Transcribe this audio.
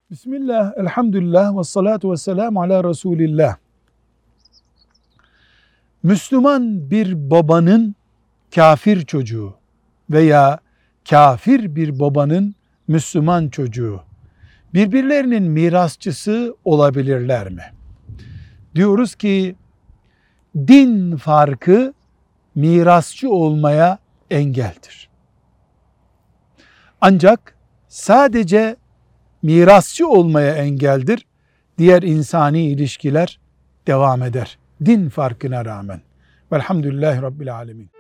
Bismillah, elhamdülillah ve salatu ve selamu ala Resulillah. Müslüman bir babanın kafir çocuğu veya kafir bir babanın Müslüman çocuğu birbirlerinin mirasçısı olabilirler mi? Diyoruz ki din farkı mirasçı olmaya engeldir. Ancak sadece mirasçı olmaya engeldir. Diğer insani ilişkiler devam eder. Din farkına rağmen. Velhamdülillahi Rabbil Alemin.